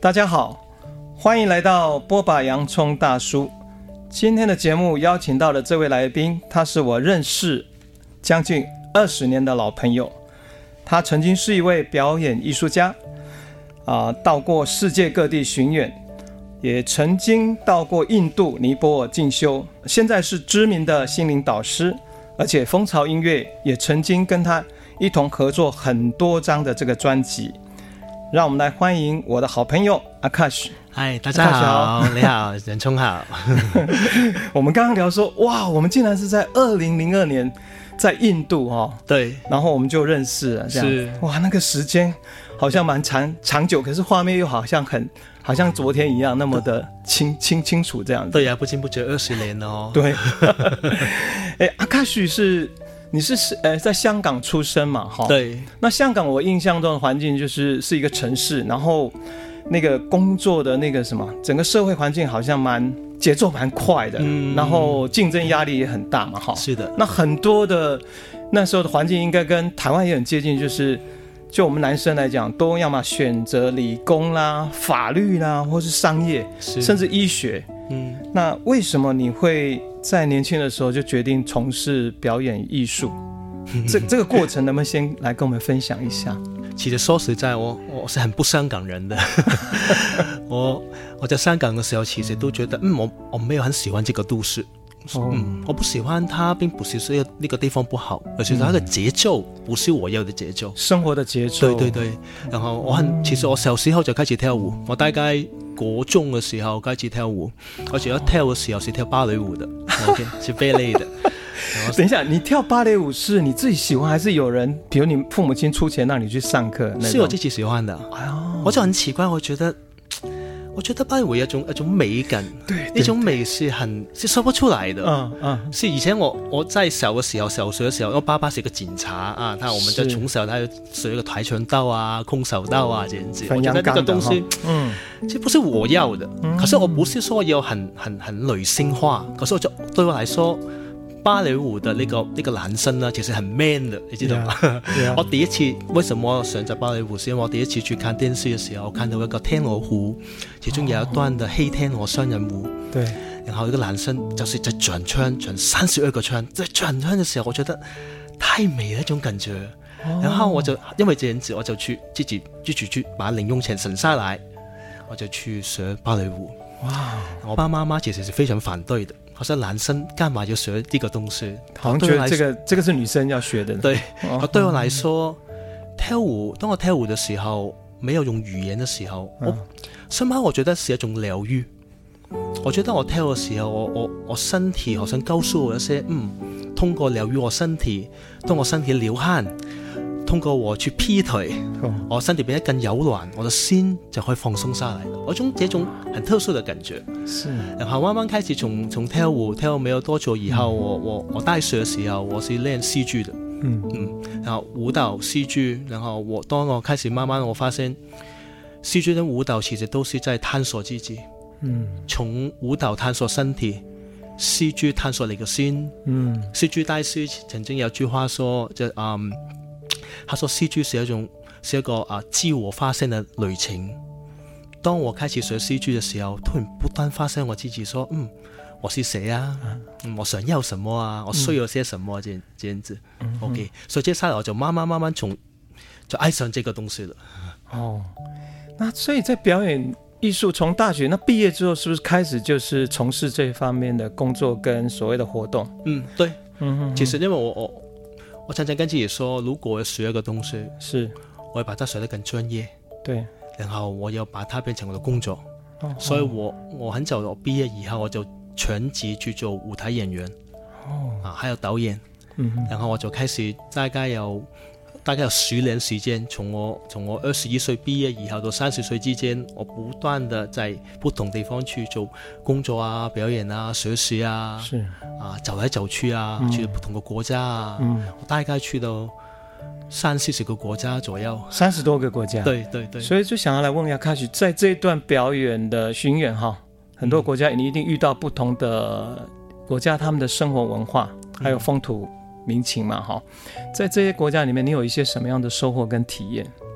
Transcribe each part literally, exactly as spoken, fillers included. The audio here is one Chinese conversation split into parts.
大家好，欢迎来到波把洋葱大叔。今天的节目邀请到的这位来宾，他是我认识将近二十年的老朋友。他曾经是一位表演艺术家，啊、呃，到过世界各地巡演，也曾经到过印度、尼泊尔进修，现在是知名的心灵导师，而且风潮音乐也曾经跟他一同合作很多张的这个专辑。让我们来欢迎我的好朋友 Akash。 嗨，大家好，你好，仁聪好。 我们刚刚聊说，哇，我们竟然是在二零零二年在印度哦，对，然后我们就认识了，这样是哇，那个时间好像蛮长长久，可是画面又好像很好像昨天一样那么的清清清楚这样子。 对呀、啊，不经不觉二十年了哦。 对，哎，Akash是你是呃在香港出生嘛？哈，对。那香港我印象中的环境就是是一个城市，然后那个工作的那个什么，整个社会环境好像蛮节奏蛮快的，嗯，然后竞争压力也很大嘛，哈。是的。那很多的那时候的环境应该跟台湾也很接近，就是就我们男生来讲，都要么选择理工啦、法律啦，或是商业，甚至医学。嗯，那为什么你会在年轻的时候就决定从事表演艺术？这这个过程能不能先来跟我们分享一下？ 其实说实在，我我是很不香港人的。我我在香港的时候，其实都觉得，嗯，我我没有很喜欢这个都市。哦、嗯，我不喜欢它，并不是说那个地方不好，而是它的节奏不是我要的节奏， 生活的节奏。对对对。 然后我很，其实我小時候就開始跳舞，我大概國中嘅時候開始跳舞，而且我跳嘅時候是跳芭蕾舞的，OK， 是芭蕾的。 等一下，你跳芭蕾舞是你自己喜歡，還是有人，比如你父母親出錢讓你去上課？ 是我自己喜歡的。哎呦，我就很奇怪，我覺得。我覺得芭蕾舞有一種一種美感，對，呢種美是很是說不出來的。嗯嗯，是以前我我在小的時候，小學的時候，我爸爸是個警察啊，他我們就從小他就學一個跆拳道啊、空手道啊這樣子。我覺得這個東西，嗯，這不是我要的。嗯、可是我不是說要很很很女性化，可是我就對我來說。芭蕾舞的那個那個男生呢，其實很 man 的，你知道嗎？ Yeah, yeah. 我第一次為什麼選擇芭蕾舞？是因為我第一次去看電視嘅時候，我看到一個天鵝湖，其中有一段的黑天鵝雙人舞。對、哦，然後一個男生就是在轉圈，轉三十二個圈，在轉圈嘅時候，我覺得太美了一種感覺。哦、然後我就因為這樣子，我就去自己自己去把零用錢省下來，我就去學芭蕾舞。哇！我爸媽媽其實是非常反對的。好像男生幹嘛要學這個東西？ 好像覺得這個這個是女生要學的。 對，哦、對我來說，跳舞，當我跳舞的時候，沒有用語言的時候，嗯、我深刻我覺得是一種療癒。我覺得我跳的時候，我我我身體好像告訴我一些，嗯，通過療癒我身體，當我身體流汗，通過我去劈腿，嗯、我身體變得更柔軟，我的心就可以放鬆下來了。我種這種很特殊的感覺。是。然後慢慢開始從從跳舞跳沒有多久以後，嗯、我我我大學的時候我是練戲劇的。嗯嗯。然後舞蹈戲劇，然後我當我開始慢慢我發現，戲劇跟舞蹈其實都是在探索自己。嗯。從舞蹈探索身體，戲劇探索你的心。嗯。戲劇大師曾經有句話說，就嗯。他說戲劇是一種是一個啊自我發現的旅程。當我開始學戲劇的時候，突然不斷發現我自己說，嗯，我是誰啊？嗯，我想要什麼啊？我需要些什麼、啊？這樣這樣子。嗯、OK，所以接下來我就慢慢慢慢從就愛上這個東西了。 哦，那所以在表演藝術從大學那畢業之後，是不是開始就是從事這方面的工作跟所謂的活動？ 嗯，對。嗯哼哼，其實因為我我。我常常跟自己說，如果我學一個東西，是我要把它學得更專業，對，然後我要把它變成我的工作。哦、所以我我很早我畢業以後，我就全職去做舞台演員，哦，啊，還有導演，嗯，然後我就開始大概有大概有十年時間，從我從我二十一歲畢業以後到三十歲之間，我不斷的在不同地方去做工作啊、表演啊、學習啊，是啊，走來走去啊，嗯、去不同的國家啊，嗯，我大概去到三四十個國家左右， 三十多個國家， 對對對， 所以就想要來問一下Akash，在這一段表演的巡演哈，很多國家你一定遇到不同的國家，他們的生活文化還有風土。嗯民情嘛，哈，在這些國家裡面，你有一些什麼樣的收穫跟體驗？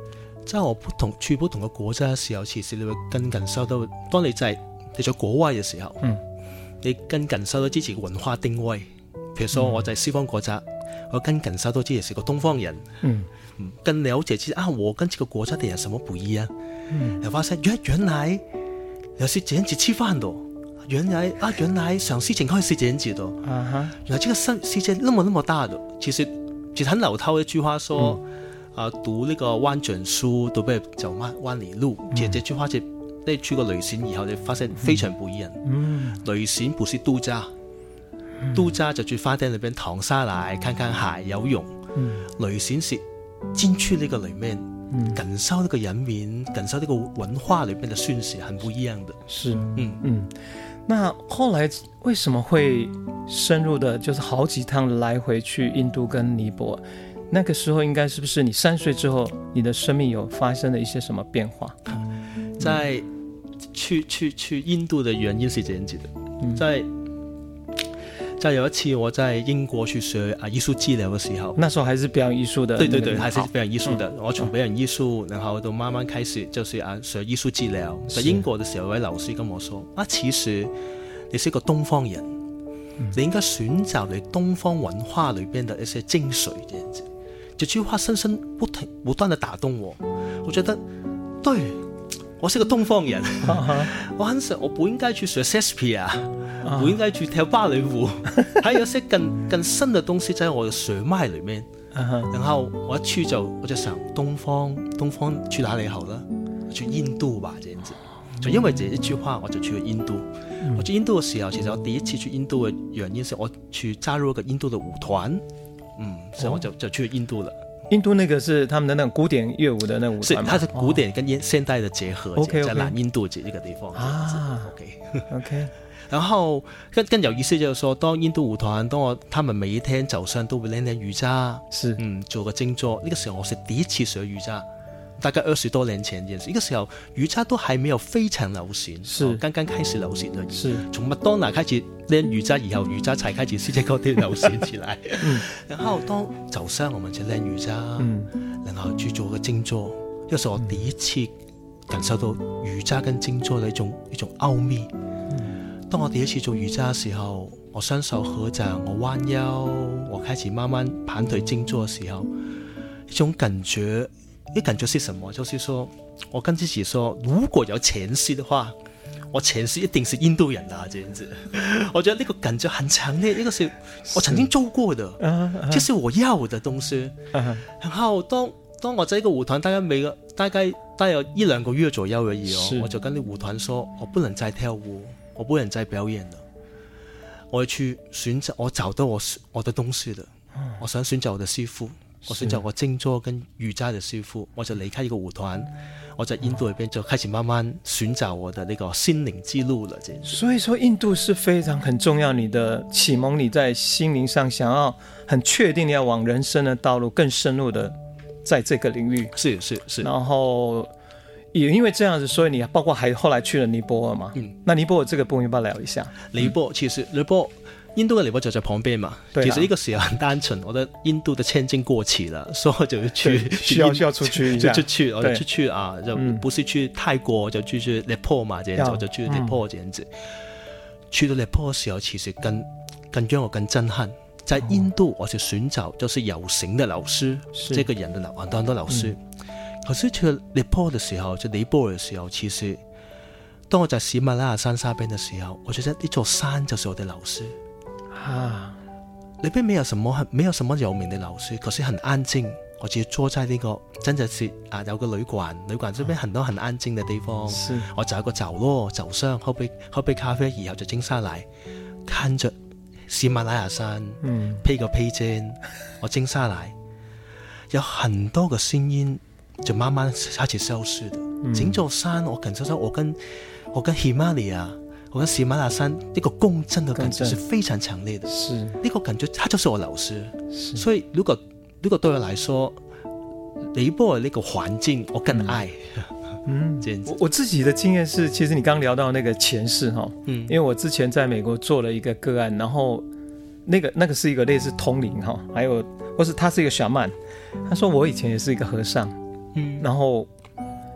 在我不同去不同嘅國家嘅時候，其實你會更感受到，當你在你在國外嘅時候，嗯，你更感受到自己嘅文化定位。譬如說我在西方國家，我更感受到自己是個東方人，嗯，更了解自己啊，我跟這個國家的人什麼不一樣，嗯，又發現原原來有時這樣子吃飯的，原來啊原來想事情可以是這樣子的，啊哈，原來這個世世界那麼那麼大的，其實其實很老套一句話說。嗯啊，讀那個萬卷書都不如走萬萬里路。其實這句話就你去過旅行以後，你發現非常不一樣。嗯，旅行不是度假，嗯、度假就去飯店裏邊躺下來看看海游泳。嗯，旅行是進去那個裏面，嗯、感受那個人民，感受那個文化裏邊的訊息，很不一樣的。 是，嗯嗯。那後來為什麼會深入的，就是好幾趟來回去印度跟尼泊爾？那個時候應該是不是你三歲之後，你的生命有發生了一些什麼變化？ 在去去去印度的原因是這樣子的，嗯、在在有一次我在英國去學啊藝術治療的時候， 那時候還是表演藝術的， 對對對，還是表演藝術的。嗯、我從表演藝術，然後到慢慢開始就是啊學藝術治療。在英國的時候，有位老師跟我說：啊，其實你是一個東方人，嗯、你應該尋找你東方文化裏邊的一些精髓，這樣子。這句話深深不停不斷地打動我，我覺得對，我是個東方人，uh-huh. 我很想我不應該去學 Shakespeare 啊，不應該去跳芭蕾舞，還有一些更更深的東西在我的血脈裏面。Uh-huh. 然後我一去就我就想東方東方去哪裡好呢？去印度吧，這樣子。就因為這一句話，我就去了印度。Uh-huh. 我去印度的時候，其實我第一次去印度的原因是我去加入一個印度的舞團。嗯，所以我就就去印度了。 印度那個是他們的那種古典樂舞的那舞團嗎？ 是，它是古典跟現代的結合， okay, okay. 在南印度這一個地方。啊 ，OK OK。 然後更更有意思就是說，當印度舞團，當我他們每一天早上都會練練瑜伽，是，嗯，做個靜坐。那個時候我是第一次學瑜伽。大概二十多年前件事，一個時候瑜伽都還沒有非常流行，是、哦、剛剛開始流行而已。是從麥當娜開始練瑜伽以後，瑜伽才開始世界各地流行起來。嗯、然後當早上我們就練瑜伽，嗯、然後去做個靜坐。呢個時候我第一次感受到瑜伽跟靜坐的一種一種奧秘。嗯、當我第一次做瑜伽嘅時候，我雙手合掌，我彎腰，我開始慢慢盤腿靜坐嘅時候，一種感覺。一感覺是什麼？就是說我跟自己說，如果有前世的話，我前世一定是印度人啊，這樣子。我覺得呢個感覺很強烈，呢個是我曾經做過的，這、就是我要的東西。然後當當我在一個舞團，大概每個大概大概有一兩個月左右而已哦，我就跟啲舞團說，我不能再跳舞，我不能再表演了，我要去選擇，我找到我我的東西了，我想選擇我的師傅。我選擇我靜坐跟瑜伽的師傅，我就離開一個舞團，我在印度裏邊就開始慢慢尋找我的那個心靈之路了。這所以說，印度是非常很重要，你的啟蒙，你在心靈上想要很確定你要往人生的道路更深入的在這個領域。 是是是。然後也因為這樣子，所以你包括還後來去了尼泊爾嘛？嗯。那尼泊爾這個部分要不要聊一下？ 尼泊爾其實尼泊爾。印度嘅尼泊爾就在旁邊嘛，其實呢個時候很單純，我覺得印度的簽證過期了，所以我就去需要需要出去一下， 就出去，我就出去啊，就不是去泰國，就去去尼泊爾嘛，這樣子，我就去尼泊爾這樣子。去到尼泊爾嘅時候，其實更更讓我更震撼。在印度，我就尋找就是有形的老師，這個人的老很多很多老師。可是去到尼泊爾嘅時候，就尼泊爾嘅時候，其實當我在喜馬拉雅山下邊嘅時候，我覺得呢座山就是我的老師。啊，裏邊沒有什麼，沒有什麼有名的老師，可是很安靜。我只坐在呢、這個，真的是啊，有個旅館，旅館這邊很多很安靜的地方。是，我找一個角落，早上喝杯喝杯咖啡，然後就靜下來，看着喜馬拉雅山，嗯，披個披肩，我靜下來，有很多個聲音就慢慢開始消失的。嗯、整座山，我感受到我跟我跟喜馬拉雅。我跟喜馬拉雅山一個共振的感覺是非常強烈的，是呢個感覺，他就是我老師。所以如果如果對我來說，尼泊爾呢個環境我更愛。嗯，這樣子。我我自己的經驗是，其實你剛剛聊到那個前世哈，嗯，因為我之前在美國做了一個個案，然後那個那個是一個類似通靈哈，還有或是他是一個shaman，他說我以前也是一個和尚，嗯，然後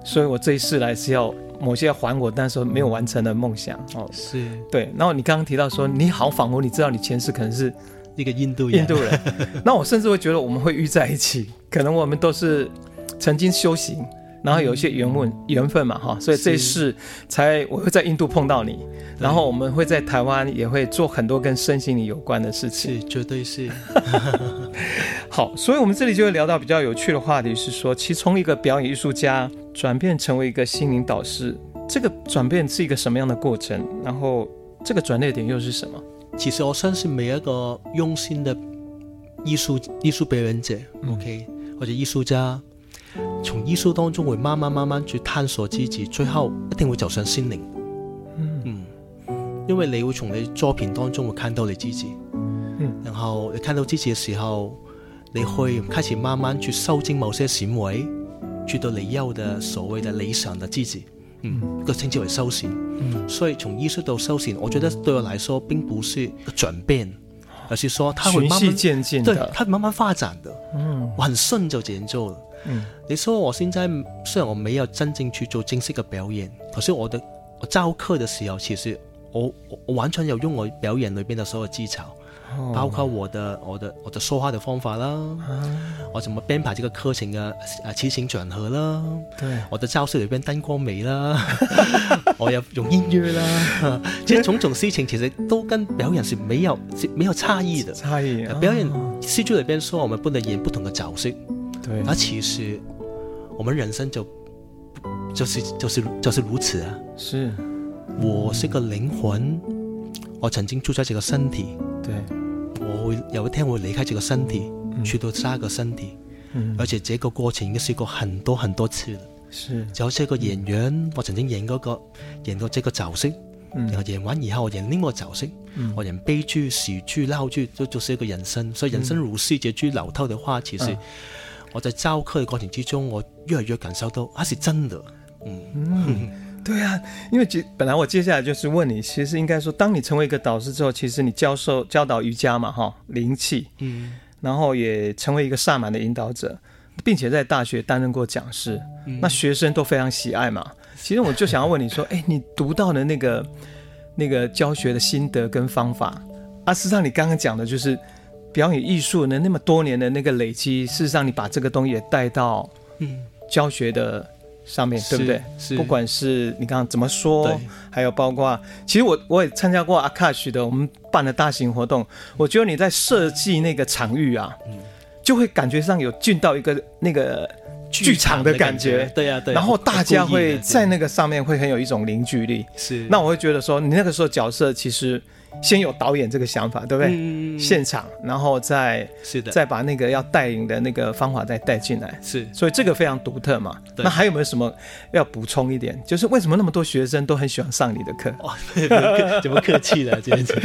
所以我这一世来是要某些还我那时候没有完成的梦想。哦， 是， 对。然后你刚刚提到说，你好仿佛你知道你前世可能是一个印度人， 印度人，那我甚至会觉得我们会遇在一起，可能我们都是曾经修行，然后有一些缘分缘分嘛哈，所以这一世才我会在印度碰到你，然后我们会在台湾也会做很多跟身心灵有关的事情， 是，绝对是。 好，所以我们这里就会聊到比较有趣的话题，是说其实从一个表演艺术家转变成为一个心灵导师，这个转变是一个什么样的过程，然后这个转捩点又是什么？ 其实我相信每一个用心的艺术艺术表演者、嗯、OK 或者艺术家，从艺术当中會慢慢慢慢去探索自己，最後一定會走上心靈。嗯嗯，因為你會從你作品當中會看到你自己，嗯，然後你看到自己嘅時候，你會開始慢慢去修正某些行為，去到你要的所謂的理想的自己。嗯，一個稱之為修行。嗯，所以從藝術到修行，我覺得對我來說並不是一個轉變，而是說它會慢慢循序漸進的， 對，它慢慢發展的。嗯，我很順就這樣做了。嗯，你說我現在雖然我沒有真正去做正式嘅表演，可是我的我教課的時候，其實我我完全有用我表演裏邊的所有技巧，哦、包括我的我的我的說話的方法啦，啊、我怎麼編排這個課程嘅啊起承轉合啦，對，我的教室裏邊燈光美啦，我有用音樂啦，其實種種事情其實都跟表演是沒有是沒有差異的。 差異、啊、 表演戲劇裏邊說我們不能演不同的角色。對，而其實我們人生就就是就是就是如此啊。是，我是個靈魂，我曾經住在這個身體，對，我會有一天會離開這個身體，嗯、去到下一個身體，嗯，而且這個過程已經試過很多很多次了。是，就好似一個演員，嗯、我曾經演嗰個演過這個角色，嗯、然後演完以後我演另外一個角色，嗯、我演悲劇、喜劇、鬧劇，都就是一個人生。所以人生如是，這句老套的話，其實、嗯。我在教課的過程之中，我越來越感受到它是真的。嗯嗯， 對啊，因為本來我接下來就是問你，其實應該說，當你成為一個導師之後，其實你教授教導瑜伽嘛，哈，靈氣，嗯，然後也成為一個薩滿的引導者，並且在大學擔任過講師，嗯、那學生都非常喜愛嘛。其實我就想要問你說，哎，你讀到的那個那個教學的心得跟方法，啊，事實上你剛剛講的就是。表演藝術呢，那麼多年的那個累積，事實上你把這個東西也帶到教學的上面，嗯、對不對？是，不管是你剛剛怎麼說，還有包括，其實我我也參加過阿卡西的我們辦的大型活動，我覺得你在設計那個場域啊，嗯、就會感覺上有進到一個那個劇場的感覺，對呀、啊、對、啊。然後大家會在那個上面會很有一種凝聚力，是。那我會覺得說，你那個時候角色其實。先有導演這個想法，對不對？嗯、現場，然後再是的，再把那個要帶領的那個方法再帶進來，是。所以這個非常獨特嘛。那還有沒有什麼要補充一點？就是為什麼那麼多學生都很喜歡上你的課？哦， 怎麼客氣了，這樣子。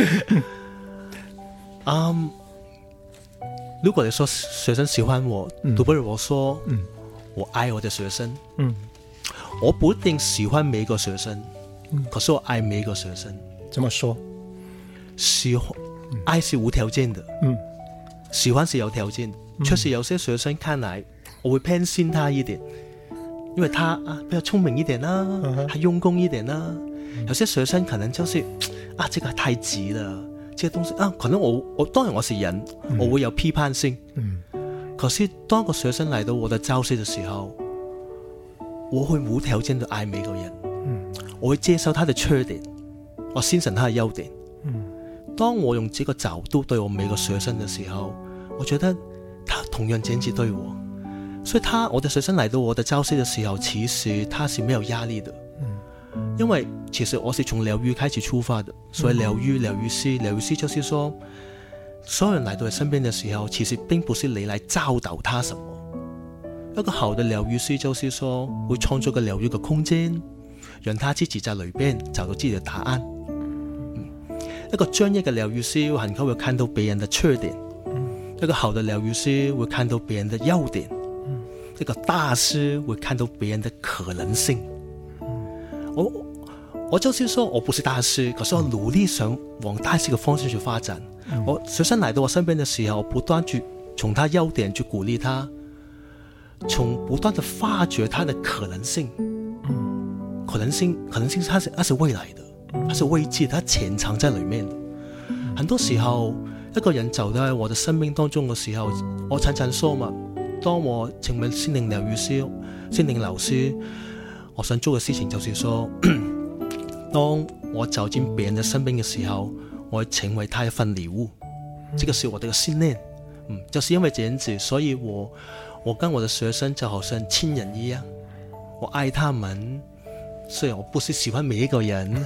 嗯，如果你說學生喜歡我，倒不如我說，嗯，我愛我的學生。嗯，我不一定喜歡每個學生，嗯，可是我愛每個學生。 怎麼說？ 喜歡愛是無條件的，嗯，喜歡是有條件的。確實有些學生看來我會偏心他一點，因為他啊比較聰明一點啦、啊，還、uh-huh. 用功一點啦、啊。有些學生可能就是啊，這個太急了，這個東西啊，可能我我當然我是人，嗯、我會有批判性。嗯，可是當個學生來到我的教室的時候，我會無條件的愛每個人，嗯，我會接受他的缺點，我欣賞他的優點。嗯，當我用這個角度對我每個學生的時候，我覺得他同樣這樣子對我，所以他我的學生來到我的教室的時候，其實他是沒有壓力的。嗯，因為其實我是從療癒開始出發的，所以療癒療癒師療癒師就是說，所有人來到你身邊的時候，其實並不是你來教導他什麼。一個好的療癒師就是說，會創造個療癒的空間，讓他自己在裏邊找到自己的答案。一個專業嘅療癒師會很快會看到別人的缺點，嗯、一個好的療癒師會看到別人的優點，嗯、一個大師會看到別人的可能性。嗯、我我就是說我不是大師，可是我努力想往大師嘅方向去發展。嗯、我學生來到我身邊的時候，我不斷去從他優點去鼓勵他， 从不断的发掘它的可能性。嗯，可能性，可能性它是它是未来的，它是未知，它潜藏在里面的。很多時候，一個人走在我的生命當中嘅時候，我常常說嘛，當我成為心靈療癒師、心靈老師，我想做嘅事情就是說，當我走進別人的生命嘅時候，我會成為他一份禮物。這個是我的信念。嗯，就是因為這樣子，所以我我跟我的學生就好像親人一樣，我愛他們。雖然我不是喜歡每一個人，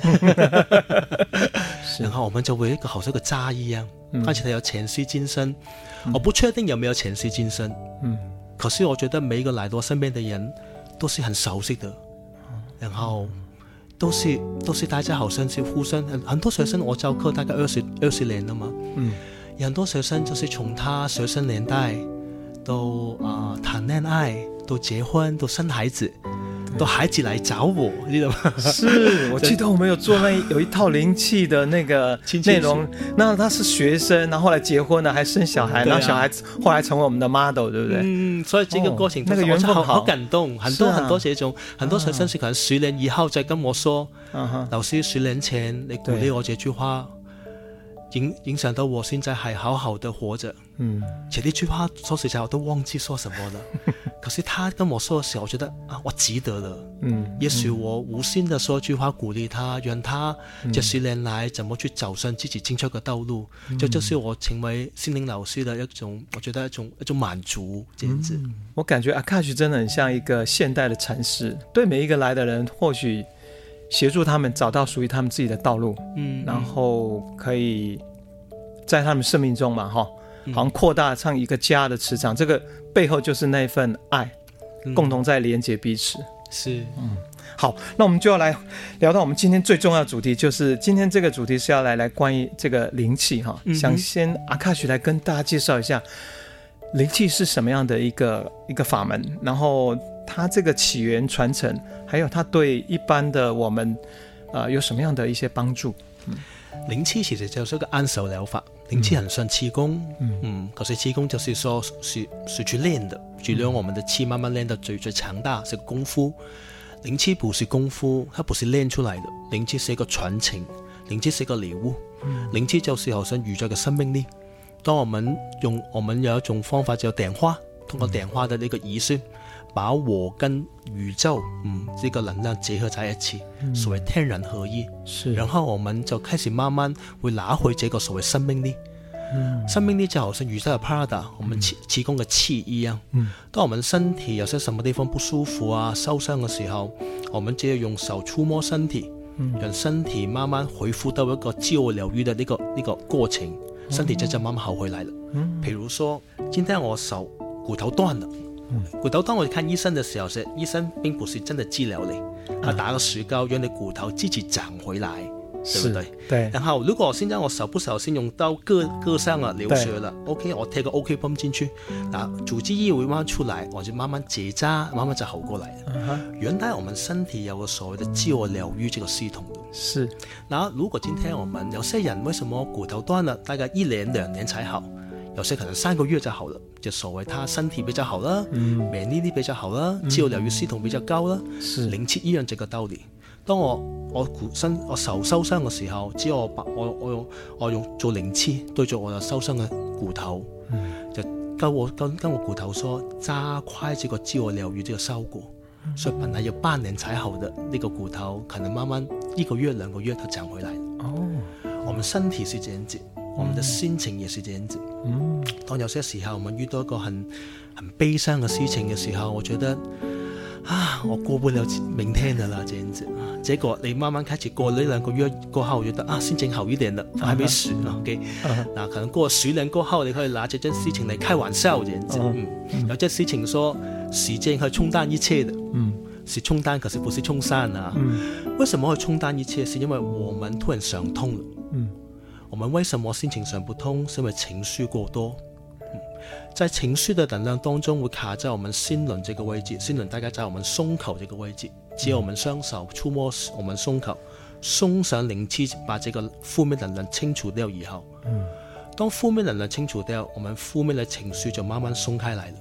然後我們就會一個好像一個家一樣，而且他有前世今生，嗯、我不確定有沒有前世今生，嗯，可是我覺得每一個來到我身邊的人都是很熟悉的，嗯、然後都是都是大家好像是互相，很多學生我教課大概二十二十年了嘛，嗯，有很多學生就是從他學生年代到啊、呃、談戀愛，到結婚，到生孩子。都孩子來找我，你知道嗎？ 是，我記得我們有做那有一套靈氣的那個內容，那他是學生，然後後來結婚了，還生小孩，然後小孩子後來成為我們的 model， 對不對？嗯， 所以這個過程、哦、那個緣分好好感動，很多、啊、很多這種，很多學生是可能十年以後再跟我說，啊、老師十年前你鼓勵我這句話。影影響到我現在還好好的活着，嗯，其實呢句話說實在我都忘記說什麼了。可是他跟我說的時候，我覺得啊，我值得了，嗯，也許我無心的說句話鼓勵他，讓他這十年來怎麼去走上自己精彩的道路，嗯、這就是我成為心靈老師的一種，我覺得一種一種滿足，這樣子、嗯。 我感覺 Akash 真的很像一個現代的禪師，對每一個來的人，或許協助他們找到屬於他們自己的道路，嗯，然後可以在他們生命中嘛，哈，好像擴大上一個家的磁場，這個背後就是那份愛，嗯、共同在連接彼此。 是， 嗯，好，那我們就要來聊到我們今天最重要的主題，就是今天這個主題是要來來關於這個靈氣哈，嗯、想先 Akash 來跟大家介紹一下靈氣是什麼樣的一個一個法門，然後它這個起源傳承，還有它對一般的我們，呃，有什麼樣的一些幫助？嗯， 靈氣其實就是一個按手療法，靈氣很像氣功，嗯，嗯，可是氣功就是說是是去練的，去讓我們的氣慢慢練到最最強大，是個功夫。靈氣不是功夫，它不是練出來的，靈氣是一個傳承，靈氣是一個禮物，靈氣就是好像宇宙嘅生命力。當我們用我們有一種方法叫點化，通過點化的呢個儀式，把我跟宇宙嗯這個能量結合在一起，嗯、所謂天人合一。是，然後我們就開始慢慢會拿回這個所謂生命力。嗯、生命力就好像宇宙的 Prada， 我們氣氣功嘅氣一樣。嗯、當我們身體有些什麼地方不舒服啊、受傷嘅時候，我們只要用手觸摸身體，嗯、讓身體慢慢恢復到一個自我療癒的呢個呢、這個過程。身體就就慢慢好回來了。嗯，譬如說，今天我手骨頭斷了，嗯、骨頭斷我看醫生的時候，是醫生並不是真的治療你，他打個石膏讓你骨頭自己長回來，對不對？對。然後如果現在我手不小心用刀割割傷了，流血了 ，OK， 我貼個 OK 繃進去，那組織液會慢慢出來，我就慢慢結紮，慢慢就好過來了。Uh-huh. 原來我們身體有個所謂的自我療癒這個系統的。是，那如果今天我們有些人為什麼骨頭斷了，大概一年兩年才好，有些可能三個月就好了，就所謂他身體比較好啦，免疫力比較好啦，自我療癒系統比較高啦，靈氣一樣這個道理。當我我骨身我手受傷嘅時候，只要我把我我用我用做靈氣對住我有受傷嘅骨頭，嗯、就跟我跟跟我骨頭說加快這個自我療癒這個效果。所以本來有半年才好的那個骨頭，可能慢慢一個月兩個月它長回來。哦，我們身體是這樣子，嗯、我們的心情也是這樣子。嗯，當有些時候我們遇到一個很很悲傷的事情嘅時候，我覺得啊，我過不了明天的啦，這樣子。結果你慢慢開始過呢兩個月過後，我覺得啊，心情好一點了，我還沒死。OK，那可能過十年過後，你可以拿這件事情嚟開玩笑，這樣子。嗯，嗯有件事情說時間可以沖淡一切的。嗯，是沖淡，可是不是沖散啊。嗯，為什麼會沖淡一切？是因為我們突然想通了。嗯，我們為什麼心情想不通？是因為情緒過多。嗯，在情緒的能量當中會卡在我們心輪這個位置，心輪大概在我們胸口這個位置。只要我們雙手觸摸我們胸口，送上靈氣，把這個負面能量清除掉以後，嗯，當負面能量清除掉，我們負面的情緒就慢慢鬆開來了。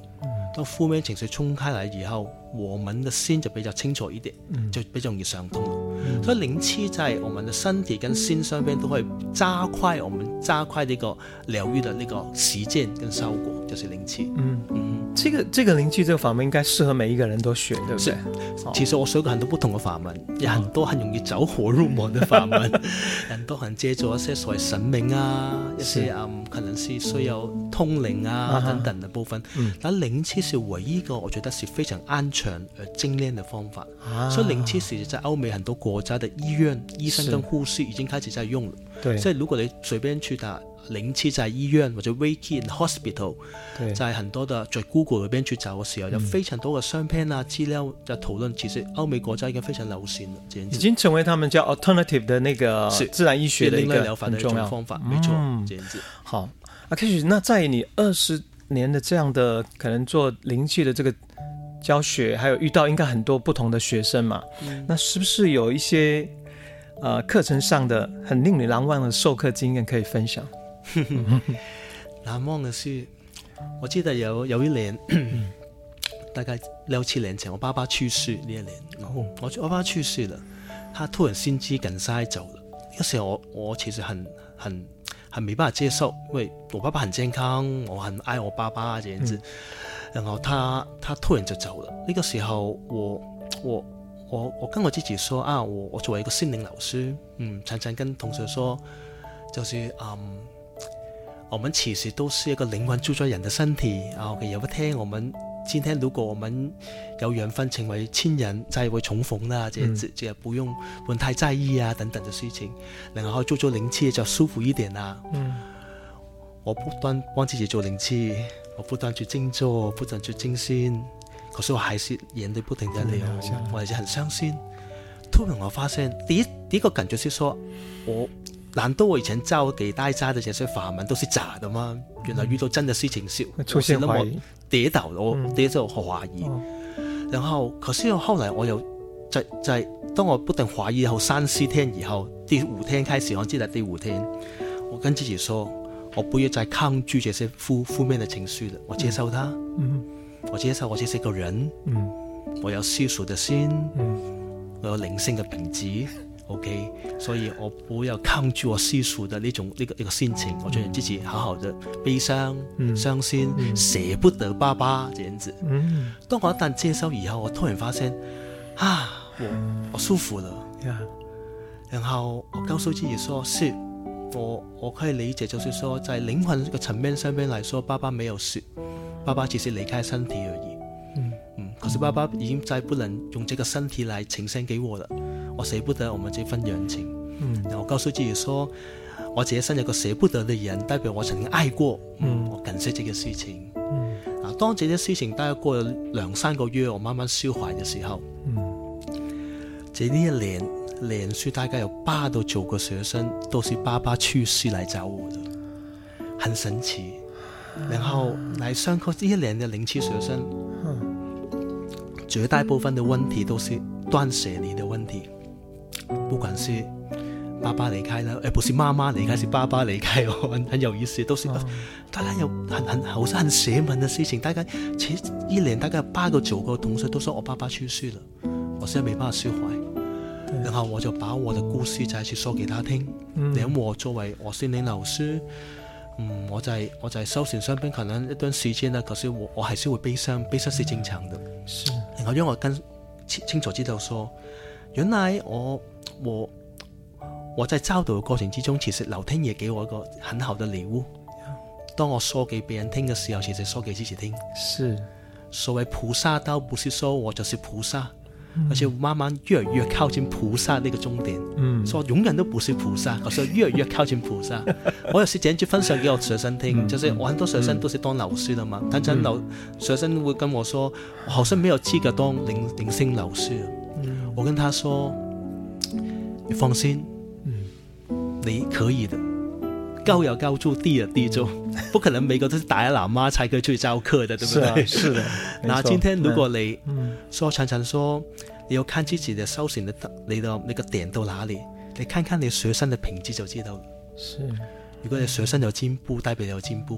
当负面情绪冲开来以后，我们的心就比较清楚一点，嗯、就比较容易上通了。嗯、所以灵气在我们的身体跟心上面都会加快我们加快这个疗愈的那个实践跟效果，就是灵气。嗯嗯，这个这个灵气这个法门应该适合每一个人都学，对不对？ 其實我學過很多不同嘅法門，有很多很容易走火入魔嘅法門，很多人借助一些所謂神明啊，一些嗯可能是需要通靈啊等等嘅部分。嗯、但靈氣是唯一一個我覺得是非常安全而精煉嘅方法。啊、所以靈氣是在歐美很多國家的醫院，醫生跟護士已經開始在用了。對，所以如果你隨便去打靈氣在醫院或者 Reiki Hospital， 在很多的在 Google 裏邊去找嘅時候，有非常多嘅相片啊資料在討論，其實歐美國家已經非常流行了，已經成為他們叫 alternative 的那個自然醫學的一個療法的一種方法，沒錯， 嗯、 這樣子。 好，啊 Cash， 那在你二十年的這樣的可能做靈氣的這個教學，還有遇到應該很多不同的學生嘛，嗯、那是不是有一些呃課程上的很令你難忘的授課經驗可以分享？ 難忘嘅是，我記得有有一年，大概六七年前，我爸爸去世呢一年，哦、我我爸爸去世了，他突然心肌梗塞走了。那個時候我我其實很很很沒辦法接受，因為我爸爸很健康，我很愛我爸爸這樣子，嗯、然後他他突然就走了。那個時候我我我我跟我自己說啊，我我作為一個心靈老師，嗯，常常跟同學說，就是嗯。我們其實都是一個靈魂住在人的身體啊！有一天，我們今天如果我們有緣分成為親人，再會重逢啦，這樣子，就不用不用太在意啊，等等的事情，然後做做靈氣就舒服一點啦。嗯，我不斷幫自己做靈氣，我不斷去靜坐，不斷去靜心，可是我還是眼淚不停地流，嗯、我還是很傷心。突然我發現，第一第一個感覺是說，我。難道我以前教給大家的這些法門都是假的嗎？原來遇到真的事情是出現懷疑， 跌倒了，我跌咗懷疑。嗯、然後，可是後來我又在在當我不斷懷疑後三四天以後，第五天開始，我記得第五天，我跟自己說，我不要再抗拒這些負負面的情緒了，我接受它，嗯、我接受我這是個人，嗯、我有世俗的心，嗯、我有靈性的品質。OK， 所以我不要抗拒我世俗的那種那個那個心情，我覺得自己好好的悲傷、嗯、傷心、嗯、捨不得爸爸這樣子。嗯、當我一旦接受以後，我突然發現啊，我我舒服了。嗯、然後我告訴自己說，是我我可以理解，就是說在靈魂這個層面上面來說，爸爸沒有事，爸爸只是離開身體而已。嗯嗯，可是爸爸已經再不能用這個身體來呈現給我了。我捨不得我們這份陽情，嗯，然後我告訴自己說，我這一生有個捨不得的人，代表我曾經愛過，嗯，我感謝這個事情，嗯，啊，當這些事情大概過了兩三個月，我慢慢釋懷的時候，嗯，這呢一年連續大概有八到九個學生都是爸爸去世來找我的，很神奇，然後來上課這一年的靈氣學生，嗯，絕大部分的問題都是斷捨離的問題。不管是爸爸離開了，誒，不是媽媽離開，是爸爸離開，很很有意思，都是，哦、大家有很很好像很邪門的事情，大概其實一年大概有八個九個同學都說我爸爸去世了，我現在沒辦法釋懷，然後我就把我的故事再去說給他聽，然後、嗯、我作為我心靈老師，嗯，我在我在修行上邊可能一段時間呢，可是我我還是會悲傷，悲傷是正常的，是，然後因為我跟清楚知道說，原來我我我在教導的過程之中，其實老天爺給我一個很好的禮物。當我說給別人聽的時候，其實說給自己聽。是，所謂菩薩道，不是說我就是菩薩，嗯、而且慢慢越來越靠近菩薩那個終點。嗯，說永遠都不是菩薩，可是越來越靠近菩薩。我有時間去分享給我學生聽，嗯、就是我很多學生都是當老師的嘛，但係老學生會跟我說，我好像沒有資格當靈靈性老師。嗯、我跟他說，你放心，嗯、你可以的，高有高住，低有低住，不可能每個都是大爺喇嘛才可以出去教課的，對不對？是的。那今天如果你說常常說你要看自己的修行的你的那個點到哪裡，你看看你學生的品質就知道了。是，如果你學生有進步，代表你有進步；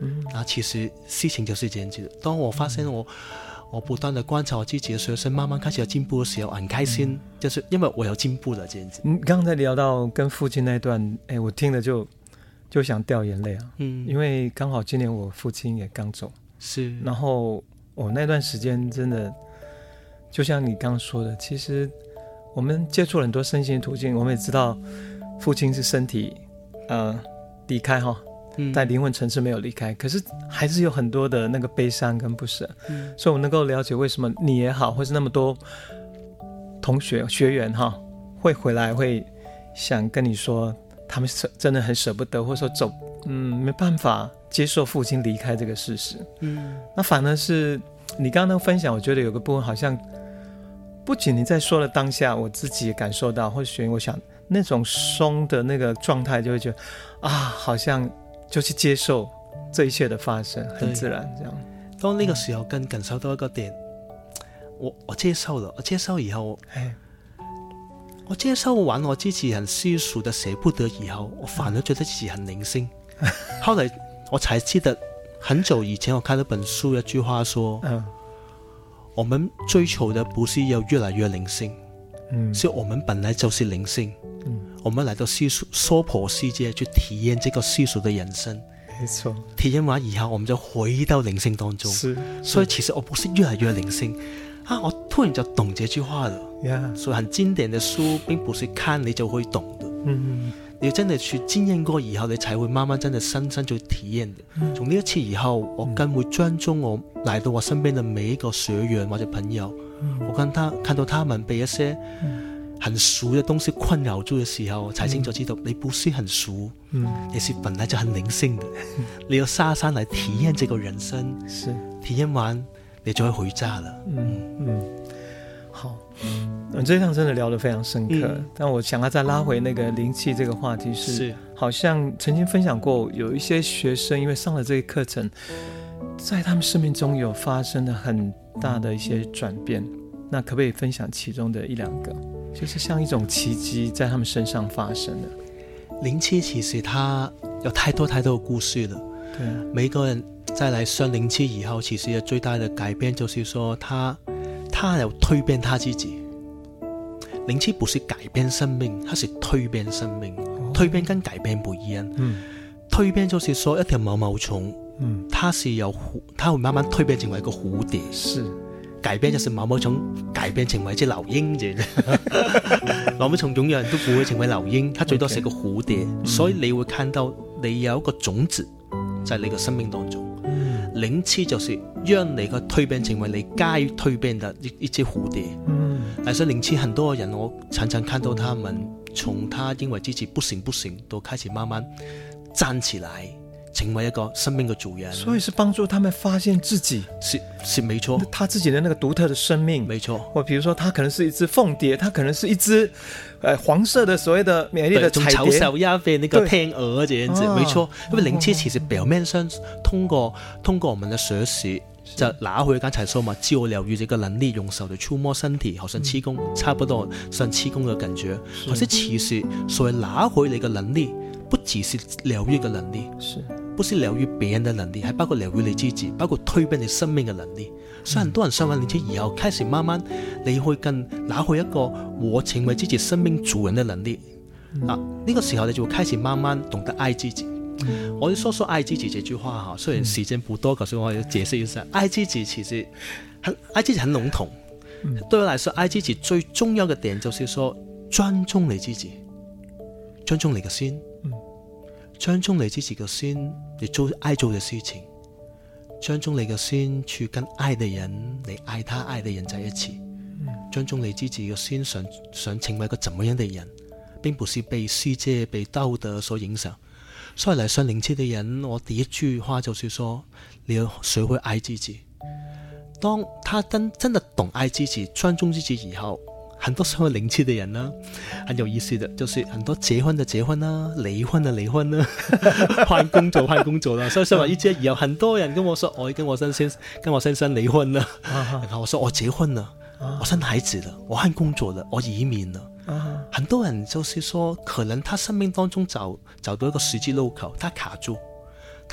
嗯，啊，其实事情就是这样子的。当我发现我、嗯、我不断的观察我自己的学生慢慢开始有进步的时候，很开心、嗯、就是因为我有进步了这样子。 你刚才聊到跟父亲那段，哎，我听了就就想掉眼泪啊。嗯，因为刚好今年我父亲也刚走， 是， 然后我那段时间真的就像你刚刚说的，其实我们接触了很多身心的途径，我们也知道父亲是身体呃离开哈，在灵魂层次没有离开、嗯、可是还是有很多的那个悲伤跟不舍、嗯、所以我能够了解为什么你也好，或是那么多同学学员哈会回来会想跟你说他们真的很舍不得，或者说走嗯没办法接受父亲离开这个事实。嗯，那反而是你刚刚那个分享，我觉得有个部分好像不仅你在说的当下我自己也感受到，或许我想那种松的那个状态就会觉得啊，好像就去接受这一切的发生，很自然这样。 当那个时候更感受到一个点，我我接受了，我接受以后，我接受完我自己很世俗的捨不得以後，我反而覺得自己很靈性。後來我才記得很久以前我看了本書，一句話說、嗯、我們追求的不是要越來越靈性、嗯、是我們本來就是靈性、嗯、我們來到世俗娑婆世界去體驗這個世俗的人生， 沒錯， 體驗完以後我們就回到靈性當中。是，所以其實我不是越來越靈性啊，我突然就懂這句話了、yeah. 所以很經典的書並不是看你就會懂的、嗯、你真的去經驗過以後你才會慢慢真的深深去體驗的、嗯、從呢一次以後我更會尊重我來到我身邊的每一個學員或者朋友、嗯、我看他看到他們被一些很俗的東西困擾住的時候，才清楚知道你不是很俗、嗯、你是本來就很靈性的、嗯、你要下山來體驗這個人生，是體驗完你就會回家了。嗯嗯， 好，嗯，這一趟真的聊得非常深刻、嗯、但我想要再拉回那個靈氣這個話題是，是好像曾經分享過有一些學生因為上了這個課程，在他們生命中有發生了很大的一些轉變，那可不可以分享其中的一兩個，就是像一種奇蹟在他們身上發生的。 靈氣其實它有太多太多的故事了，對啊，每個人再來上靈氣以後，其實最大的改變就是說他他有蛻變他自己。靈氣不是改變生命，它是蛻變生命、哦、蛻變跟改變不一樣、嗯、蛻變就是說一條毛毛蟲、嗯、它是有它會慢慢蛻變成為一個蝴蝶，是改變就是毛毛蟲改變成為一隻老鷹啫毛毛蟲永遠都不會成為老鷹，它最多是一個蝴蝶、okay. 所以你會看到你有一個種子在你個生命當中，靈氣就是讓你個蛻變成為你該蛻變的一一隻蝴蝶。嗯，來說靈氣很多人我常常看到他們從他因為自己不行不行到開始慢慢站起來成為一個生命的主人， 所以是幫助他們發現自己， 是是沒錯， 他自己的那個獨特的生命， 沒錯。 或比如說他可能是一隻鳳蝶，他可能是一隻、呃、黃色的所謂的美麗的彩蝶，從醜小鴨變那個天鵝這樣子，沒錯。因為靈氣其實表面上通過通過我們的學習就拿回剛才說嘛，自我療癒這個能力，用手的觸摸身體，好像氣功、嗯、差不多像氣功的感覺。可是其實所謂拿回你的能力不只是療癒的能力，是不是療癒別人的能力，還包括療癒你自己，包括蛻變你生命的能力。所以很多人上完靈氣以後開始慢慢你會更拿回一個我成為自己生命主人的能力、嗯、啊，呢、這個時候你就會開始慢慢懂得愛自己、嗯、我說說愛自己這句話哈，雖然時間不多，可是我要解釋一下、嗯、愛自己其實很愛自己很籠統、嗯、對我來說愛自己最重要的點就是說尊重你自己，尊重你的心，嗯，尊重你自己的心，你做愛做的事情，尊重你的心去跟愛的人，你愛他愛的人在一起、嗯、尊重你自己的心，想想成為一個怎麼樣的人，並不是被世界被道德所影響。所以來上靈氣的人，我第一句話就是說你要學會愛自己。當他真真的懂愛自己，尊重自己以後，很多上靈氣的人呢，很有意思的，就是很多結婚的結婚啦，離婚的離婚啦，換工作換工作啦。所以說一接以後，很多人跟我說，我跟我先生跟我先生離婚了，然後我說我結婚了，我生孩子了，我換工作了，我移民了。很多人就是說，可能他生命當中找找到一個十字路口，他卡住，他不敢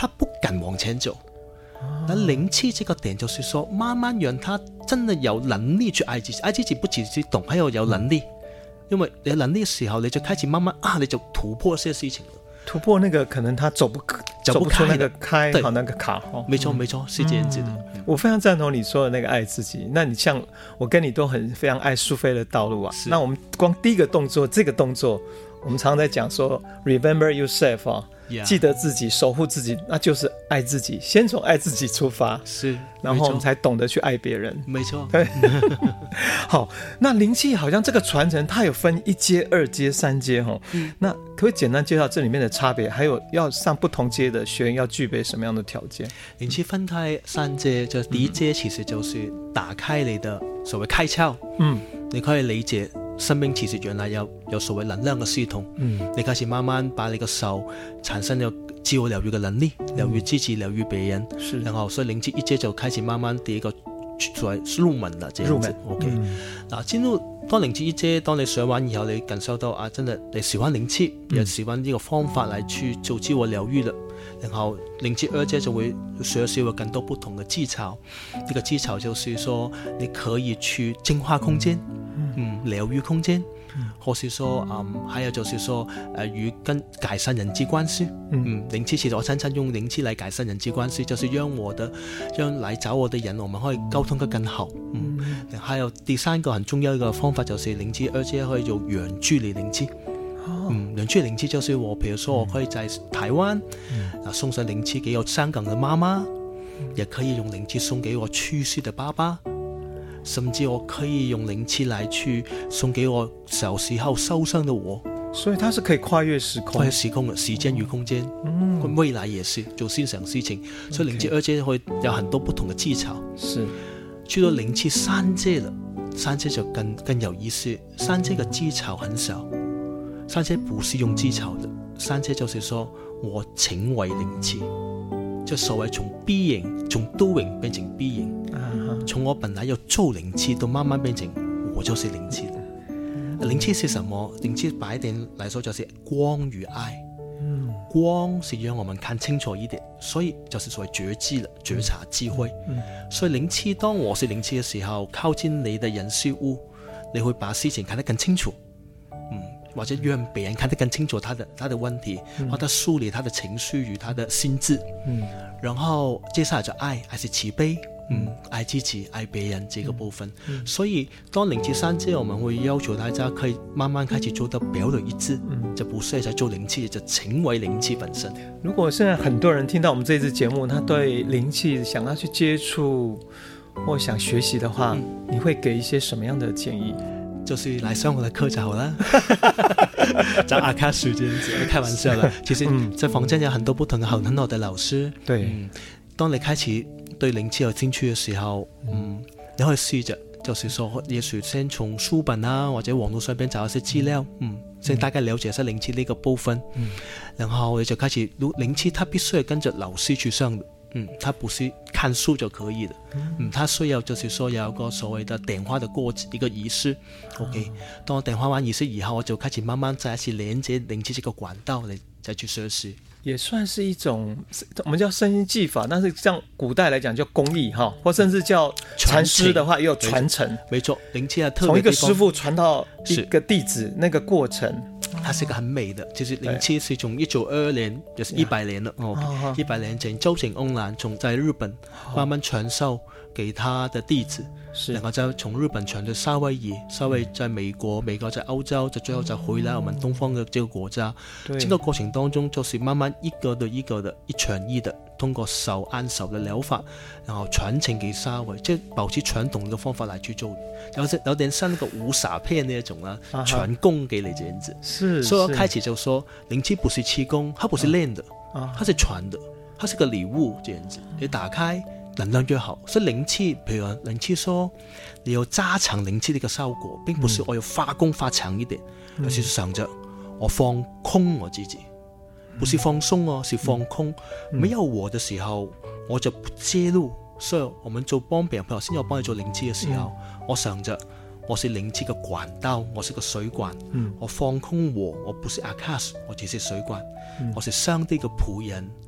敢往前走。那灵气这个点就是说，慢慢让他真的有能力去爱自己，爱自己不只是懂，还有有能力。因为你有能力的时候，你就開始慢慢啊，你就突破些事情了。 突破那个可能他走不走不出那个开好那个卡哦， 没错没错，是这样子的、 嗯。我非常赞同你说的那个爱自己。那你像我跟你都很非常爱苏菲的道路啊。那我们光第一个动作，这个动作，我们常常在讲说 ，remember yourself 啊。Yeah. 记得自己，守护自己，那就是爱自己。先从爱自己出发， 是， 然后我们才懂得去爱别人。 没错， 对。好，那灵气好像这个传承，它有分一阶、二阶、三阶哈、嗯。那可不可以简单介绍这里面的差别？还有要上不同阶的学员要具备什么样的条件？ 灵气分开三阶，就第一阶其实就是打开你的所謂開竅，嗯，你可以理解。生命其實原來有有所謂能量嘅系統，嗯，你開始慢慢把你個手產生有自我療癒嘅能力，療癒自己，療癒別人，是，然後所以靈氣一階就開始慢慢第一個所謂入門啦，這樣子 ，OK，嗱、嗯，進入當靈氣一階，當你上完以後，你感受到啊，真的你喜歡靈氣，也喜歡呢個方法來去做自我療癒了。然後靈氣二階就會學習有更多不同的技巧，呢、這個技巧就是說你可以去淨化空間。嗯，療癒空間，嗯、或是說，嗯，還有就是說，呃，與跟改善人際關係，嗯，靈氣其實我常常用靈氣來改善人際關係，就是讓我的，讓來找我的人，我們可以溝通得更好，嗯，嗯還有第三個很重要一個方法就是靈氣，而且可以用遠距離靈氣，哦、嗯，遠距離靈氣就是我，比如說我可以在台灣，嗯、啊送上靈氣給我香港的媽媽，嗯、也可以用靈氣送給我去世的爸爸。甚至我可以用靈氣來去送給我小時候受傷的我， 所以它是可以跨越時空， 跨越時空的時間與空間，嗯，未來也是做欣賞事情，嗯、所以靈氣二階會有很多不同的技巧。是，去到靈氣三階了，三階就更更有意思，三階的技巧很少，三階不是用技巧的，三階就是說我成為靈氣。就所謂從 being 從 doing 變成 being，、uh-huh. 從我本來要做靈氣到慢慢變成我就是靈氣了。靈氣是什麼？靈氣白一點來說就是光與愛。嗯、光是讓我們看清楚一點，所以就是所謂覺知了，覺察智慧。嗯、所以靈氣當我是靈氣嘅時候，靠近你的人事物，你會把事情看得更清楚。嗯或者讓別人看得更清楚他的他的問題，嗯、或者梳理他的情緒與他的心智，嗯，然後接下來就愛，愛是慈悲，嗯，愛自己，愛別人這個部分。嗯、所以當靈氣三階，我們會要求大家可以慢慢開始做到表裏一致，嗯，就不是在做靈氣，就成為靈氣本身。 如果現在很多人聽到我們這次節目，他對靈氣想要去接觸或想學習的話，嗯、你會給一些什麼樣的建議？ 就是來上我的課就好了，找阿卡數這樣子，開玩笑啦。其實在房間有很多不同的很很好的老師。對、嗯，當你開始對靈氣有興趣的時候，嗯，你可以試着，就是說，也許先從書本啊或者網絡上邊找一些資料，嗯，先大概了解一下靈氣呢個部分，嗯，然後你就開始，靈氣它必須要跟着老師去上的。嗯，他不是看書就可以的，嗯，他需要就是說有一個所謂的點化的過一個儀式、哦、，OK， 當我點化完儀式以後，我就開始慢慢再一次連接靈氣這個管道嚟再去學習， 也算是一種我們叫聲音技法，但是像古代來講叫工藝哈，或甚至叫禪師的話也有傳承， 沒錯，靈氣啊，特別從一個師傅傳到一個弟子那個過程。 它是一個很美的，就是靈氣是從一九二二年，就是一百年了哦，一百年前周景翁蘭從在日本慢慢傳授給他的弟子，是然後再從日本傳到夏威夷，夏威夷在美國，美國在歐洲，就最後再回來我們東方的這個國家。對，這個過程當中就是慢慢一個的一個的一傳一的，通過手按手的療法，然後傳承給夏威夷，即係保持傳統的方法來去做，有啲有點像那個五灑片那種啊，傳功給你這樣子。是，所以我開始就說靈氣不是氣功，它不是練的，啊、它是傳的，它是個禮物這樣子。你打開能量越好，所以靈氣，譬如話靈氣說你要加強靈氣呢個效果，並不是我要發功發強一點，而、嗯、是想着我放空我自己。不是放鬆哦，是放空、嗯。沒有我的時候，我就不介入。所以我們做幫別人朋友，先有幫你做靈氣嘅時候，嗯、我想着我是靈氣嘅管道，我是個水管、嗯。我放空我，我不是阿卡斯，我只是水管。嗯、我是上帝嘅僕人。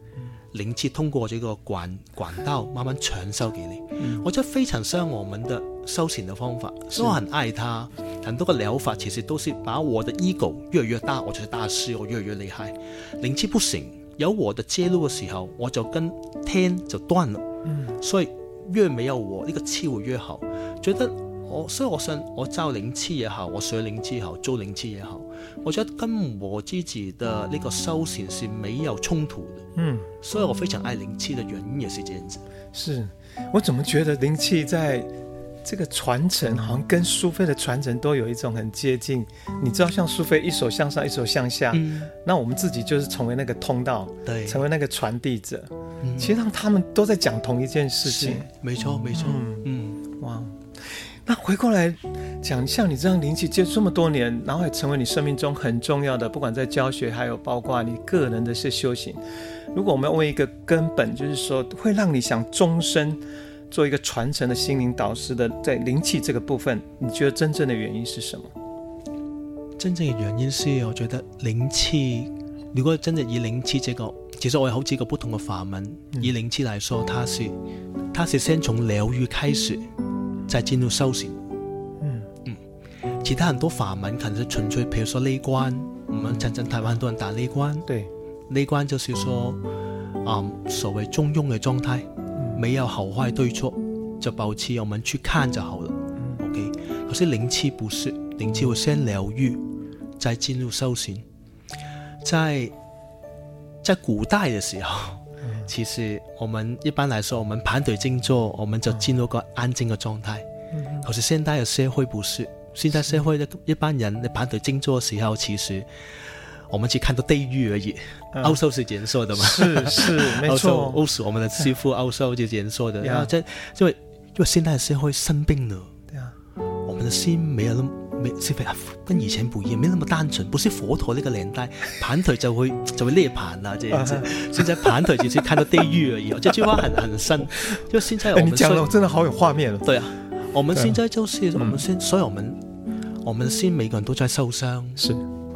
灵气通过这个管管道慢慢传授给你。嗯、我觉得非常像我们的修行的方法，所以我很爱它。很多个疗法其实都是把我的 ego 越来越大，我就是大师，我越来越厉害。灵气不行，有我的介入的时候，我就跟天就断了。嗯、所以越没有我，呢、這個氣會越好。覺得我，所以我想我造靈氣也好，我學靈氣也好，做靈氣也好，我覺得跟我自己的那個修行是沒有衝突的。嗯，所以我非常愛靈氣的原因也是這樣子。 是，我怎麼覺得靈氣在這個傳承好像跟蘇菲的傳承都有一種很接近。你知道像蘇菲一手向上一手向下，嗯、那我們自己就是成為那個通道，對，成為那個傳遞者。嗯、其實讓他們都在講同一件事情。 沒錯沒錯。嗯嗯，哇，那回過來講，像你這樣靈氣接觸這麼多年，然後也成為你生命中很重要的，不管在教學還有包括你個人的些修行。如果我們要問一個根本，就是說會讓你想終身做一個傳承的心靈導師的，在靈氣這個部分，你覺得真正的原因是什麼？ 真正的原因是我覺得靈氣，如果真的以靈氣這個，其實我有好幾個不同的法門。嗯、以靈氣來說，它是它是先從療癒開始，再進入修行。嗯嗯，其他很多法門可能是純粹，譬如說內觀，我們常常台灣很多人打內觀。對，內觀就是說，嗯，所謂中庸的狀態。沒有好壞對錯，就保持我們去看就好了。嗯、OK， 可是靈氣不是，靈氣會先療癒，再進入修行。在在古代的時候，嗯、其實我們一般來說，我們盤腿靜坐，我們就進入個安靜的狀態。嗯、可是現代的社會不是，現代社會的一般人，你盤腿靜坐的時候，其實我們只看到地獄而已。嗯、歐洲是這樣說的嘛？ 是是，沒錯。 歐洲我們的師父歐洲就這樣說的。然後這因為因為現代社會生病了，對啊，我們的心沒有那麼沒是跟以前不一樣，沒那麼單純。不是佛陀那個年代盤腿就會就會涅槃啦，這樣子。現在盤腿只是看到地獄而已。這句話很很深。就現在我們、欸、你講的真的好有畫面了。對啊，我們現在就是我們現，所以我們我們的心每個人都在受傷。是。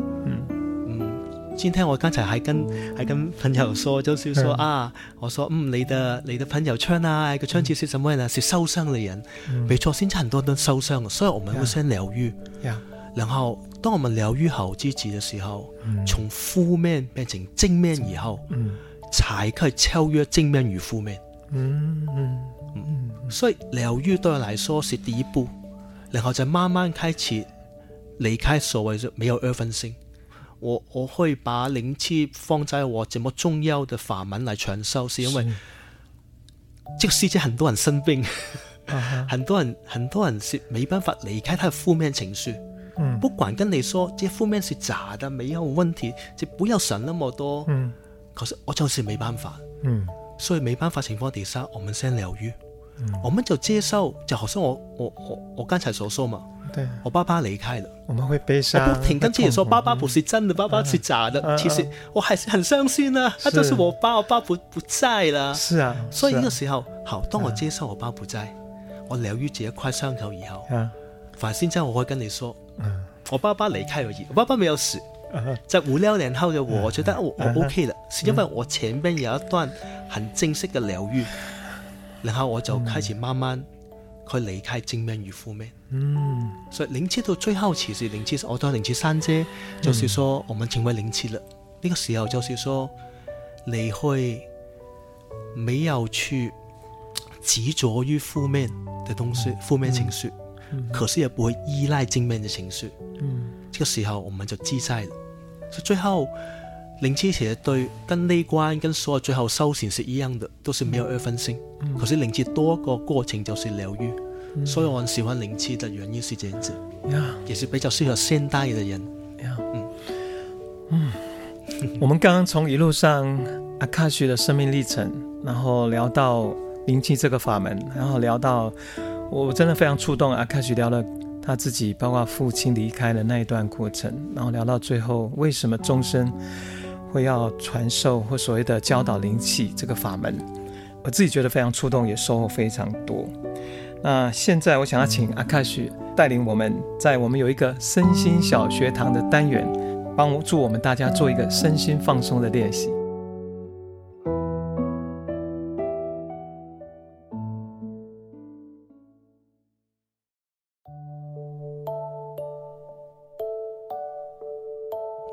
今天我剛才還跟還跟朋友說，就是說、嗯、啊，我說嗯，你的你的朋友圈啊，一個圈子是什麼呢？是受傷的人。嗯、沒錯，現在很多人都受傷，所以我們會先療癒。Yeah. 然後當我們療癒好自己的時候，嗯、從負面變成正面以後，嗯、才可以超越正面與負面。嗯嗯嗯、所以療癒對我來說是第一步，然後再慢慢開始離開所謂的沒有二分性。我我會把靈氣放在我這麼重要的法門來傳授，是因為這個世界很多人生病，啊、很多人很多人是沒辦法離開他的負面情緒。嗯、不管跟你說這負面是假的，沒有問題，就不要想那麼多。嗯、可是我就是沒辦法。嗯、所以沒辦法情況底下，我們先療癒，嗯、我們就接受，就好像我我我我剛才所說嘛。對，我爸爸離開了，我們會悲傷。我不停跟自己說，爸爸不是真的，爸爸是假的。啊、其實我還是很傷心啊，他就是我爸，我爸不不在了。是啊，所以呢個時候，好，當我接受我爸不在，我療癒這一塊傷口以後，啊、反正現在我會跟你說，啊、我爸爸離開而已，我爸爸沒有死。在五六年後的我，我覺得我我 OK 了，是因為我前邊有一段很正式的療癒，然後我就開始慢慢。佢離開正面與負面，嗯，所以靈氣到最後其實靈氣，我當靈氣三姐，就是說我們成為靈氣了。呢、嗯、個時候就是說，你會沒有去執着於負面的東西、負、嗯、面情緒，嗯、可是也不會依賴正面的情緒。嗯，這個時候我們就自在了。所以最後靈氣其實對跟內觀跟所有最後修行是一樣的，都是沒有二分性。嗯、可是靈氣多個過程就是療癒，嗯、所以我很喜歡靈氣的原因是這樣子，呀也是比較適合現代的人。呀嗯， 嗯我們剛剛從一路上阿卡西的生命歷程，然後聊到靈氣這個法門，然後聊到我真的非常觸動，阿卡西聊了他自己包括父親離開的那一段過程，然後聊到最後為什麼終身會要傳授或所謂的教導靈氣這個法門，我自己覺得非常觸動，也收穫非常多。那現在我想要請阿卡西帶領我們，在我們有一個身心小學堂的單元，幫助我們大家做一個身心放鬆的練習。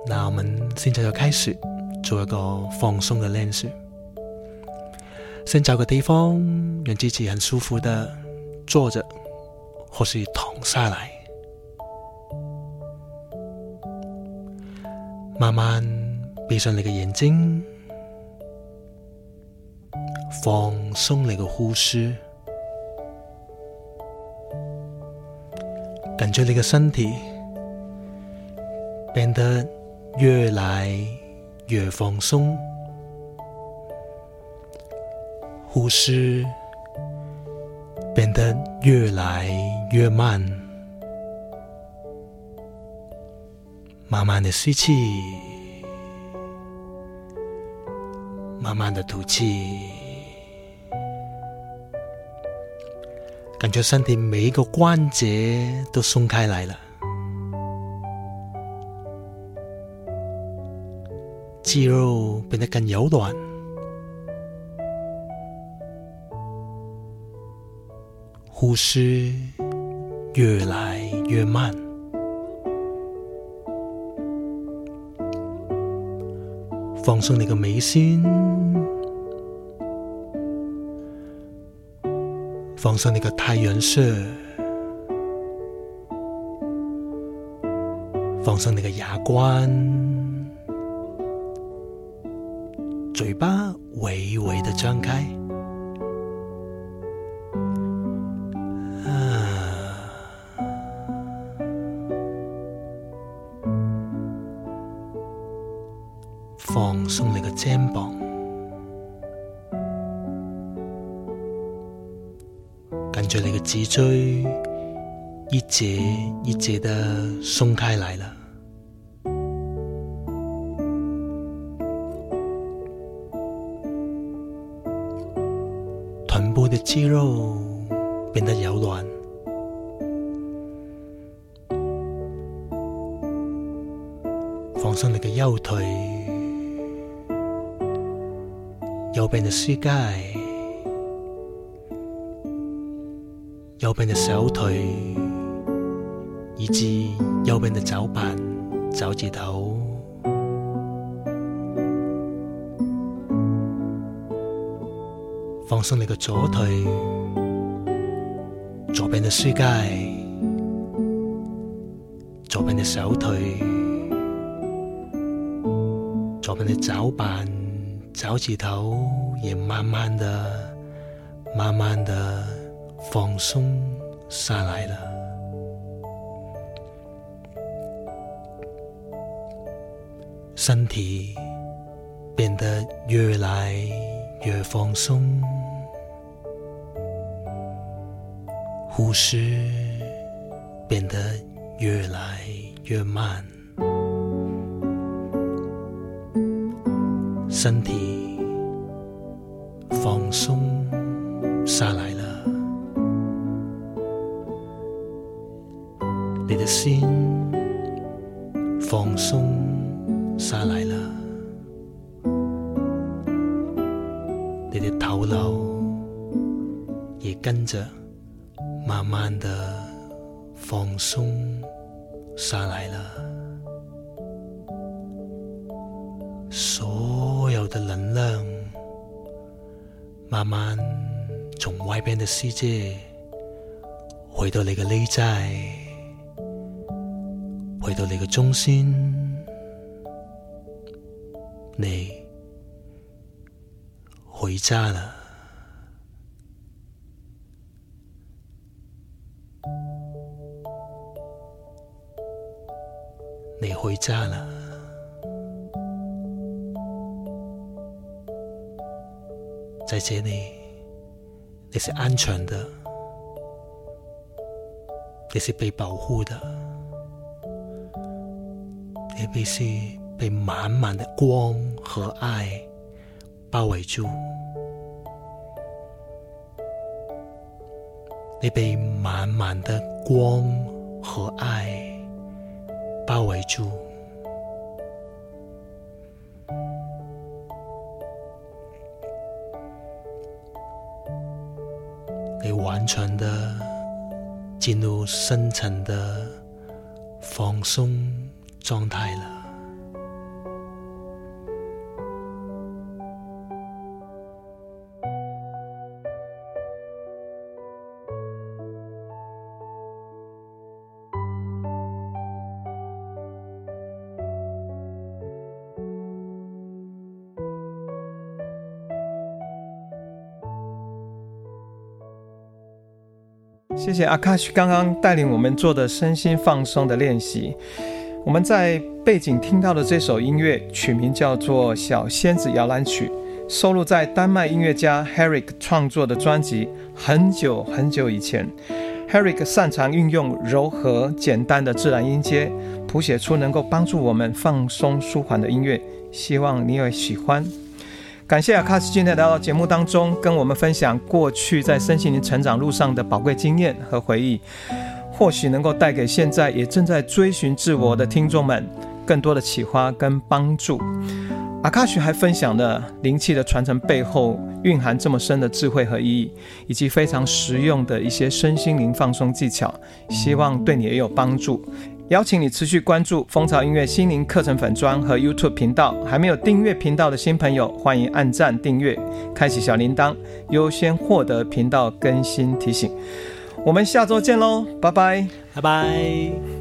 那我们现在就开始做一个放鬆的練習。先找個地方讓自己很舒服的坐着或是躺下來，慢慢閉上你嘅眼睛，放鬆你嘅呼吸，感覺你嘅身體變得越來越放鬆，呼吸變得越來越慢，慢慢的吸氣，慢慢的吐氣，感覺身體每一個關節都鬆開來了，肌肉變得更柔軟，呼吸越來越慢，放鬆你嘅眉心，放鬆你嘅太陽穴，放鬆你嘅牙關，嘴巴微微的張開，放鬆你嘅肩膀，感覺你嘅脊椎一節一節的鬆開來了，臀部的肌肉變得柔軟，放鬆你嘅右腿，右邊的膝蓋，右邊的小腿，以及右邊的腳板、腳趾頭，放鬆你嘅左腿，左邊的膝蓋，左邊的小腿，左邊的腳板、腳趾頭也慢慢的、慢慢的放鬆下來了。身體變得越來越放鬆，呼吸變得越來越慢，身體放鬆下來了，你的心放鬆下來了，你的頭腦也跟着慢慢的放鬆下來了，所有的能量慢慢從外邊的世界回到你嘅內在，回到你嘅中心，你回家了，你回家了，在這裡你是安全的，你是被保護的，你必須被滿滿的光和愛包圍住，你被滿滿的光和愛包圍住，你完全的進入深層的放鬆狀態了。 谢谢 Akash 刚刚带领我们做的身心放松的练习。我们在背景听到的这首音乐曲名叫做《小仙子摇篮曲》，收录在丹麦音乐家 Henrik 创作的专辑很久很久以前。 Henrik 擅长运用柔和简单的自然音阶，谱写出能够帮助我们放松舒缓的音乐，希望你也喜欢。感谢 Akash 今天来到节目当中，跟我们分享过去在身心灵成长路上的宝贵经验和回忆，或许能够带给现在也正在追寻自我的听众们更多的启发跟帮助。Akash 还分享了灵气的传承背后蕴含这么深的智慧和意义，以及非常实用的一些身心灵放松技巧，希望对你也有帮助。邀请你持续关注风潮音乐心灵课程粉专和 YouTube 频道，还没有订阅频道的新朋友，欢迎按赞订阅，开启小铃铛，优先获得频道更新提醒。我们下周见咯，拜拜， 拜拜。